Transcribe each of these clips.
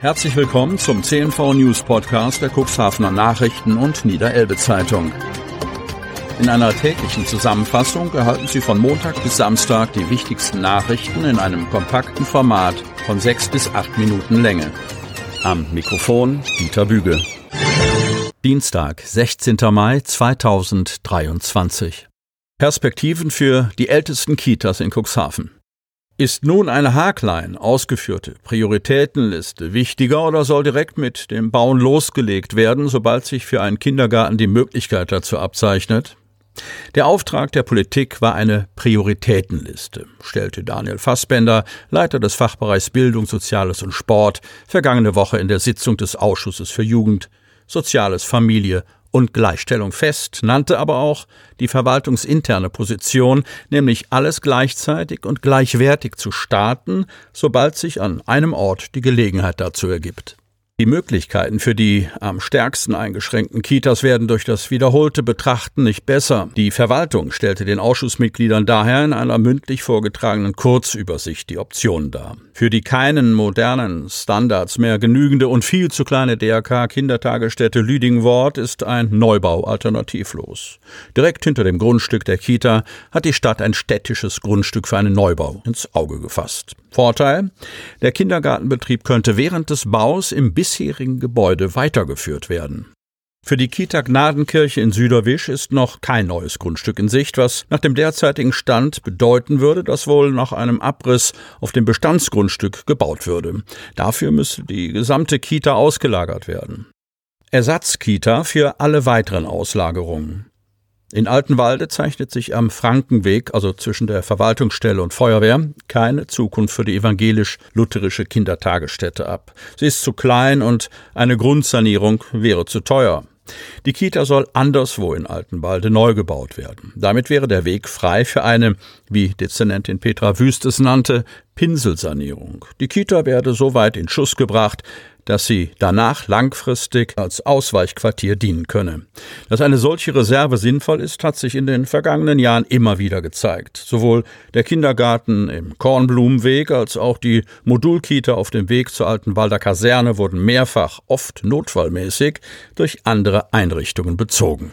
Herzlich willkommen zum CNV News Podcast der Cuxhavener Nachrichten und Niederelbe Zeitung. In einer täglichen Zusammenfassung erhalten Sie von Montag bis Samstag die wichtigsten Nachrichten in einem kompakten Format von 6 bis 8 Minuten Länge. Am Mikrofon Dieter Büge. Dienstag, 16. Mai 2023. Perspektiven für die ältesten Kitas in Cuxhaven. Ist nun eine haarklein ausgeführte Prioritätenliste wichtiger oder soll direkt mit dem Bauen losgelegt werden, sobald sich für einen Kindergarten die Möglichkeit dazu abzeichnet? Der Auftrag der Politik war eine Prioritätenliste, stellte Daniel Fassbender, Leiter des Fachbereichs Bildung, Soziales und Sport, vergangene Woche in der Sitzung des Ausschusses für Jugend, Soziales, Familie und Gleichstellung fest, nannte aber auch die verwaltungsinterne Position, nämlich alles gleichzeitig und gleichwertig zu starten, sobald sich an einem Ort die Gelegenheit dazu ergibt. Die Möglichkeiten für die am stärksten eingeschränkten Kitas werden durch das wiederholte Betrachten nicht besser. Die Verwaltung stellte den Ausschussmitgliedern daher in einer mündlich vorgetragenen Kurzübersicht die Optionen dar. Für die keinen modernen Standards mehr genügende und viel zu kleine DRK-Kindertagesstätte Lüdingwort ist ein Neubau alternativlos. Direkt hinter dem Grundstück der Kita hat die Stadt ein städtisches Grundstück für einen Neubau ins Auge gefasst. Vorteil: Der Kindergartenbetrieb könnte während des Baus im bisherigen Gebäude weitergeführt werden. Für die Kita Gnadenkirche in Süderwisch ist noch kein neues Grundstück in Sicht, was nach dem derzeitigen Stand bedeuten würde, dass wohl nach einem Abriss auf dem Bestandsgrundstück gebaut würde. Dafür müsste die gesamte Kita ausgelagert werden. Ersatzkita für alle weiteren Auslagerungen. In Altenwalde zeichnet sich am Frankenweg, also zwischen der Verwaltungsstelle und Feuerwehr, keine Zukunft für die evangelisch-lutherische Kindertagesstätte ab. Sie ist zu klein und eine Grundsanierung wäre zu teuer. Die Kita soll anderswo in Altenwalde neu gebaut werden. Damit wäre der Weg frei für eine, wie Dezernentin Petra Wüst es nannte, Pinselsanierung. Die Kita werde so weit in Schuss gebracht, dass sie danach langfristig als Ausweichquartier dienen könne. Dass eine solche Reserve sinnvoll ist, hat sich in den vergangenen Jahren immer wieder gezeigt. Sowohl der Kindergarten im Kornblumenweg als auch die Modulkita auf dem Weg zur Altenwalder Kaserne wurden mehrfach, oft notfallmäßig, durch andere Einrichtungen bezogen.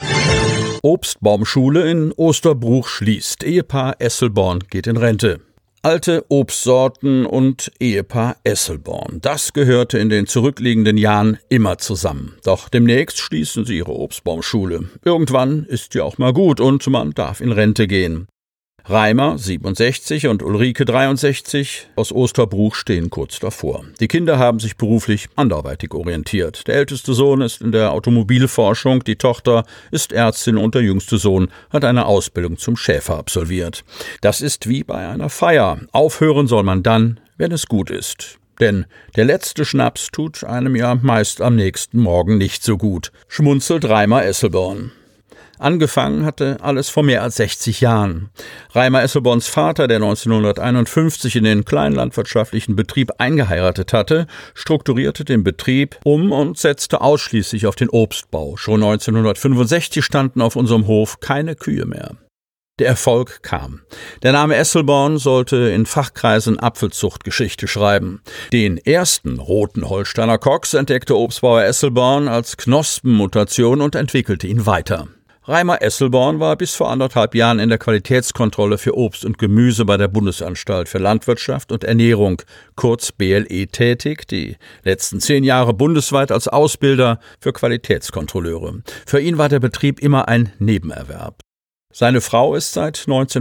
Obstbaumschule in Osterbruch schließt. Ehepaar Esselborn geht in Rente. Alte Obstsorten und Ehepaar Esselborn. Das gehörte in den zurückliegenden Jahren immer zusammen. Doch demnächst schließen sie ihre Obstbaumschule. Irgendwann ist ja auch mal gut und man darf in Rente gehen. Reimer, 67, und Ulrike, 63, aus Osterbruch stehen kurz davor. Die Kinder haben sich beruflich anderweitig orientiert. Der älteste Sohn ist in der Automobilforschung, die Tochter ist Ärztin und der jüngste Sohn hat eine Ausbildung zum Schäfer absolviert. Das ist wie bei einer Feier. Aufhören soll man dann, wenn es gut ist. Denn der letzte Schnaps tut einem ja meist am nächsten Morgen nicht so gut, schmunzelt Reimer Esselborn. Angefangen hatte alles vor mehr als 60 Jahren. Reimer Esselborns Vater, der 1951 in den kleinlandwirtschaftlichen Betrieb eingeheiratet hatte, strukturierte den Betrieb um und setzte ausschließlich auf den Obstbau. Schon 1965 standen auf unserem Hof keine Kühe mehr. Der Erfolg kam. Der Name Esselborn sollte in Fachkreisen Apfelzuchtgeschichte schreiben. Den ersten roten Holsteiner Cox entdeckte Obstbauer Esselborn als Knospenmutation und entwickelte ihn weiter. Reimer Esselborn war bis vor 1,5 Jahren in der Qualitätskontrolle für Obst und Gemüse bei der Bundesanstalt für Landwirtschaft und Ernährung, kurz BLE, tätig, die letzten 10 Jahre bundesweit als Ausbilder für Qualitätskontrolleure. Für ihn war der Betrieb immer ein Nebenerwerb. Seine Frau ist seit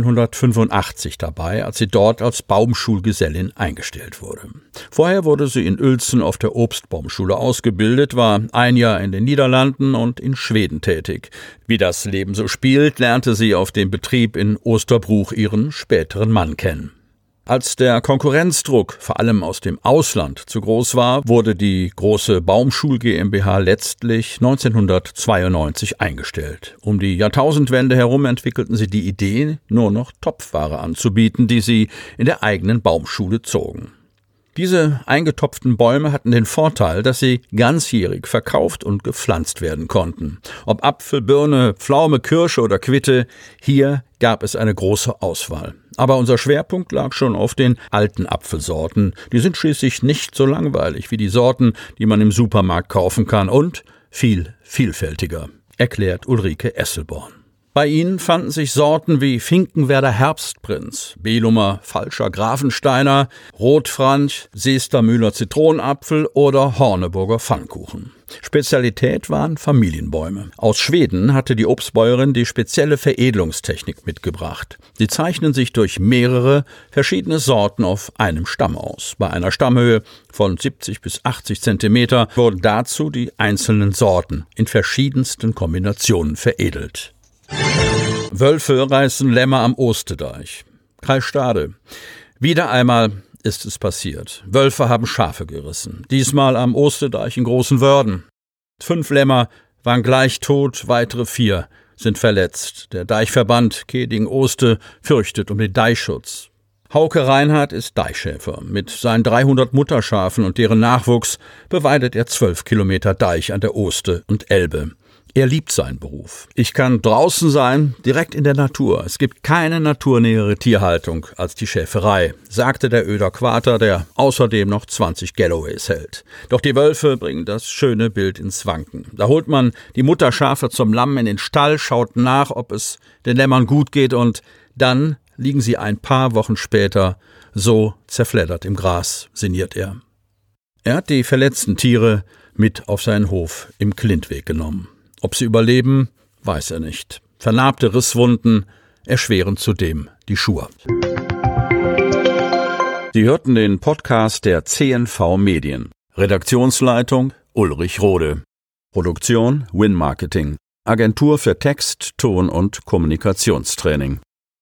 1985 dabei, als sie dort als Baumschulgesellin eingestellt wurde. Vorher wurde sie in Uelzen auf der Obstbaumschule ausgebildet, war 1 Jahr in den Niederlanden und in Schweden tätig. Wie das Leben so spielt, lernte sie auf dem Betrieb in Osterbruch ihren späteren Mann kennen. Als der Konkurrenzdruck, vor allem aus dem Ausland, zu groß war, wurde die große Baumschul GmbH letztlich 1992 eingestellt. Um die Jahrtausendwende herum entwickelten sie die Idee, nur noch Topfware anzubieten, die sie in der eigenen Baumschule zogen. Diese eingetopften Bäume hatten den Vorteil, dass sie ganzjährig verkauft und gepflanzt werden konnten. Ob Apfel, Birne, Pflaume, Kirsche oder Quitte, hier gab es eine große Auswahl. Aber unser Schwerpunkt lag schon auf den alten Apfelsorten. Die sind schließlich nicht so langweilig wie die Sorten, die man im Supermarkt kaufen kann und viel vielfältiger, erklärt Ulrike Esselborn. Bei ihnen fanden sich Sorten wie Finkenwerder Herbstprinz, Belumer Falscher Grafensteiner, Rotfranch, Seestermühler Zitronenapfel oder Horneburger Pfannkuchen. Spezialität waren Familienbäume. Aus Schweden hatte die Obstbäuerin die spezielle Veredelungstechnik mitgebracht. Sie zeichnen sich durch mehrere verschiedene Sorten auf einem Stamm aus. Bei einer Stammhöhe von 70 bis 80 Zentimeter wurden dazu die einzelnen Sorten in verschiedensten Kombinationen veredelt. Wölfe reißen Lämmer am Ostedeich. Kreis Stade. Wieder einmal ist es passiert. Wölfe haben Schafe gerissen. Diesmal am Ostedeich in Großenwörden. 5 Lämmer waren gleich tot, weitere 4 sind verletzt. Der Deichverband Keding-Oste fürchtet um den Deichschutz. Hauke Reinhardt ist Deichschäfer. Mit seinen 300 Mutterschafen und deren Nachwuchs beweidet er 12 Kilometer Deich an der Oste und Elbe. Er liebt seinen Beruf. Ich kann draußen sein, direkt in der Natur. Es gibt keine naturnähere Tierhaltung als die Schäferei, sagte der Öder Quater, der außerdem noch 20 Galloways hält. Doch die Wölfe bringen das schöne Bild ins Wanken. Da holt man die Mutterschafe zum Lamm in den Stall, schaut nach, ob es den Lämmern gut geht und dann liegen sie ein paar Wochen später so zerfleddert im Gras, sinniert er. Er hat die verletzten Tiere mit auf seinen Hof im Klintweg genommen. Ob sie überleben, weiß er nicht. Vernarbte Risswunden erschweren zudem die Schur. Sie hörten den Podcast der CNV Medien. Redaktionsleitung Ulrich Rode. Produktion Win Marketing. Agentur für Text, Ton und Kommunikationstraining.